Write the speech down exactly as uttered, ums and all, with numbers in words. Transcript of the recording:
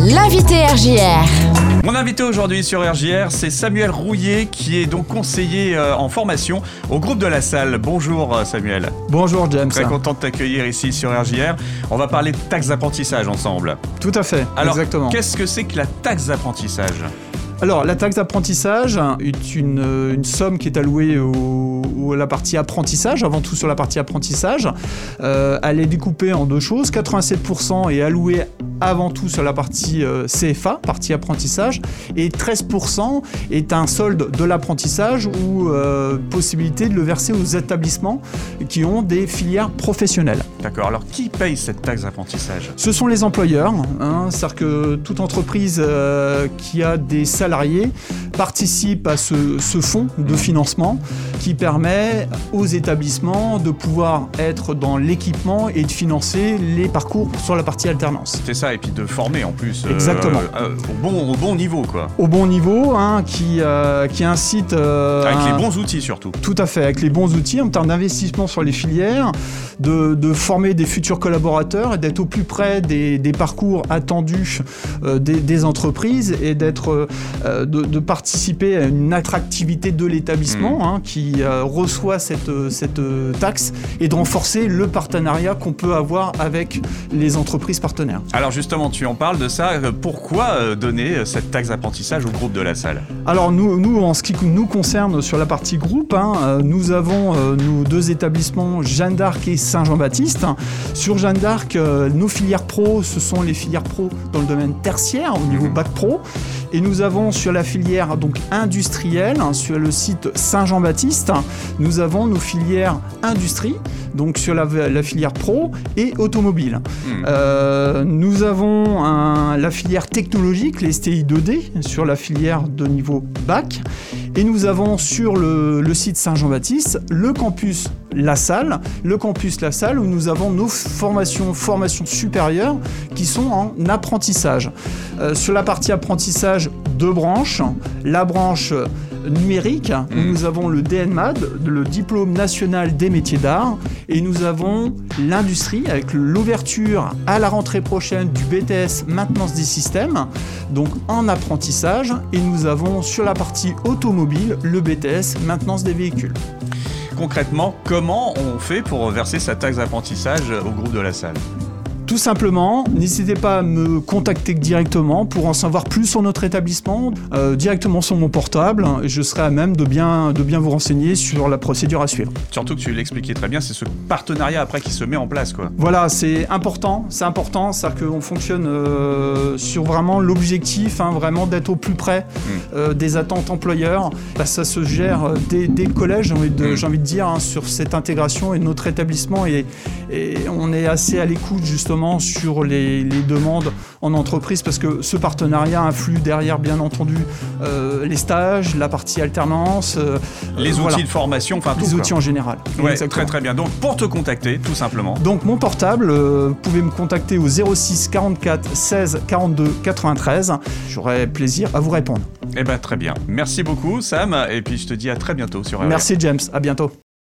L'invité R J R. Mon invité aujourd'hui sur R J R, c'est Samuel Rouillet, qui est donc conseiller euh, en formation au groupe de la salle. Bonjour euh, Samuel. Bonjour James. Très content de t'accueillir ici sur R J R. On va parler de taxe d'apprentissage ensemble. Tout à fait, Alors, exactement. Qu'est-ce que c'est que la taxe d'apprentissage ? Alors, la taxe d'apprentissage est une, une somme qui est allouée au, au, à la partie apprentissage, avant tout sur la partie apprentissage. Euh, elle est découpée en deux choses. quatre-vingt-sept pour cent est alloué avant tout sur la partie euh, C F A, partie apprentissage, et treize pour cent est un solde de l'apprentissage ou euh, possibilité de le verser aux établissements qui ont des filières professionnelles. D'accord, alors qui paye cette taxe d'apprentissage ? Ce sont les employeurs, hein, c'est-à-dire que toute entreprise euh, qui a des salariés participe à ce, ce fonds de financement qui permet aux établissements de pouvoir être dans l'équipement et de financer les parcours sur la partie alternance. C'est ça, et puis de former en plus. Exactement. Euh, euh, au, bon, au bon niveau, quoi. Au bon niveau, hein, qui, euh, qui incite... Euh, avec un... les bons outils surtout. Tout à fait, avec les bons outils en termes d'investissement sur les filières, de, de former des futurs collaborateurs et d'être au plus près des, des parcours attendus euh, des, des entreprises et d'être, euh, de, de participer à une attractivité de l'établissement mmh. hein, qui euh, reçoit cette, cette taxe et de renforcer le partenariat qu'on peut avoir avec les entreprises partenaires. Alors justement, tu en parles de ça. Pourquoi donner cette taxe d'apprentissage au groupe de la salle ? Alors nous, nous, en ce qui nous concerne sur la partie groupe, hein, nous avons euh, nos deux établissements, Jeanne d'Arc et Saint-Jean-Baptiste. Sur Jeanne d'Arc, euh, nos filières pro, ce sont les filières pro dans le domaine tertiaire, au niveau bac pro. Et nous avons sur la filière donc industrielle, hein, sur le site Saint-Jean-Baptiste, nous avons nos filières industrie, donc sur la, la filière pro et automobile. Mmh. Euh, nous avons un, la filière technologique, les S T I deux D, sur la filière de niveau bac. Et nous avons sur le, le site Saint-Jean-Baptiste le campus La Salle, le campus La Salle où nous avons nos formations, formations supérieures qui sont en apprentissage. Euh, sur la partie apprentissage, deux branches. La branche numérique, où nous avons le D N M A D, le diplôme national des métiers d'art, et nous avons l'industrie avec l'ouverture à la rentrée prochaine du B T S maintenance des systèmes, donc en apprentissage, et nous avons sur la partie automobile le B T S maintenance des véhicules. Concrètement, comment on fait pour verser sa taxe d'apprentissage au groupe de la salle ? Tout simplement, n'hésitez pas à me contacter directement pour en savoir plus sur notre établissement, euh, directement sur mon portable, et je serai à même de bien, de bien vous renseigner sur la procédure à suivre. Surtout que tu l'expliquais très bien, c'est ce partenariat après qui se met en place, quoi. Voilà, c'est important, c'est important, c'est-à-dire qu'on fonctionne euh, sur vraiment l'objectif, hein, vraiment d'être au plus près euh, des attentes employeurs. Bah, ça se gère dès, dès le collège, j'ai envie de, j'ai envie de dire, hein, sur cette intégration, et notre établissement, et, et on est assez à l'écoute justement sur les, les demandes en entreprise parce que ce partenariat influe derrière bien entendu euh, les stages, la partie alternance, euh, les outils voilà. de formation, enfin tout. Les quoi. outils en général. Ouais, très très bien. Donc pour te contacter, tout simplement. Donc mon portable, euh, vous pouvez me contacter au zéro six quarante-quatre seize quarante-deux quatre-vingt-treize. J'aurai plaisir à vous répondre. Eh ben très bien. Merci beaucoup Sam et puis je te dis à très bientôt sur R J R. Merci James, à bientôt.